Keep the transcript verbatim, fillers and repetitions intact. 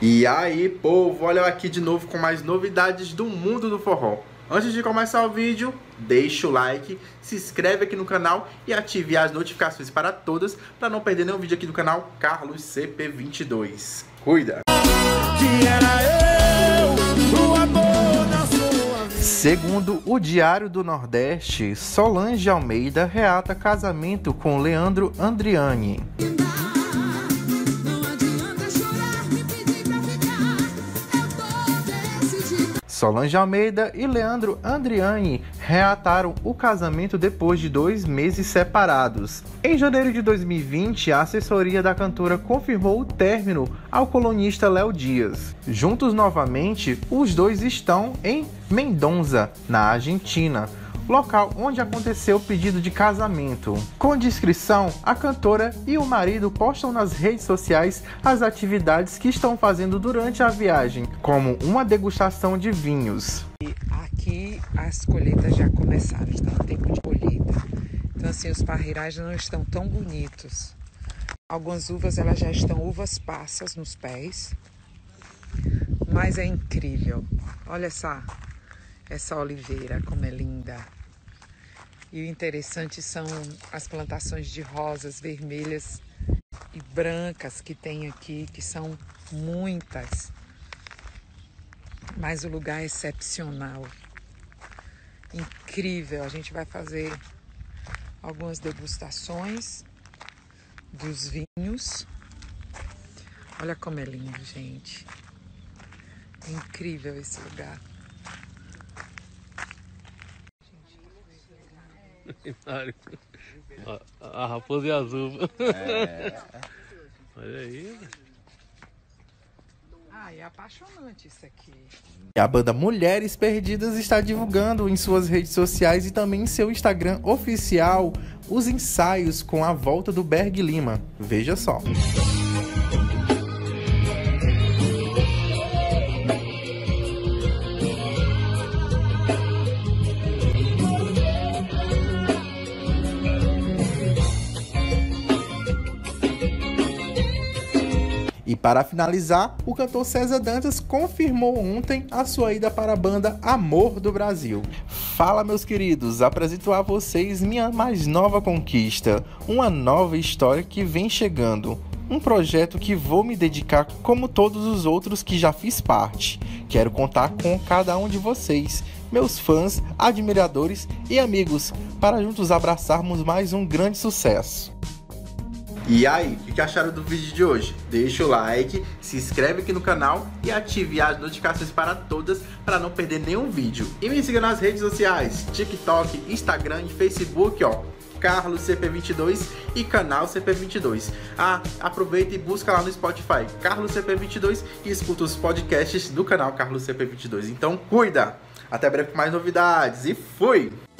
E aí, povo, olha eu aqui de novo com mais novidades do mundo do forró. Antes de começar o vídeo, deixa o like, se inscreve aqui no canal e ative as notificações para todas para não perder nenhum vídeo aqui do canal Carlos C P vinte e dois. Cuida! Que era eu, o amor na sua vida. Segundo o Diário do Nordeste, Solange Almeida reata casamento com Leandro Andriani. Solange Almeida e Leandro Andriani reataram o casamento depois de dois meses separados. Em janeiro de dois mil e vinte, a assessoria da cantora confirmou o término ao colunista Léo Dias. Juntos novamente, os dois estão em Mendoza, na Argentina, local onde aconteceu o pedido de casamento. Com descrição, a cantora e o marido postam nas redes sociais as atividades que estão fazendo durante a viagem, como uma degustação de vinhos. E aqui as colheitas já começaram, está no tempo de colheita. Então assim, os parreirais não estão tão bonitos. Algumas uvas elas já estão uvas passas nos pés, mas é incrível. Olha essa, essa oliveira como é linda. E o interessante são as plantações de rosas vermelhas e brancas que tem aqui, que são muitas. Mas o lugar é excepcional. Incrível. A gente vai fazer algumas degustações dos vinhos. Olha como é lindo, gente. É incrível esse lugar. A raposa e azul. É. Olha aí. Ah, é apaixonante isso aqui. A banda Mulheres Perdidas está divulgando em suas redes sociais e também em seu Instagram oficial os ensaios com a volta do Berg Lima. Veja só. E para finalizar, o cantor César Dantas confirmou ontem a sua ida para a banda Amor do Brasil. Fala, meus queridos, apresento a vocês minha mais nova conquista, uma nova história que vem chegando. Um projeto que vou me dedicar como todos os outros que já fiz parte. Quero contar com cada um de vocês, meus fãs, admiradores e amigos, para juntos abraçarmos mais um grande sucesso. E aí, o que acharam do vídeo de hoje? Deixa o like, se inscreve aqui no canal e ative as notificações para todas para não perder nenhum vídeo. E me siga nas redes sociais, TikTok, Instagram e Facebook, ó, Carlos C P vinte e dois e canal C P vinte e dois. Ah, aproveita e busca lá no Spotify, Carlos C P vinte e dois e escuta os podcasts do canal Carlos C P vinte e dois. Então, cuida! Até breve com mais novidades e fui!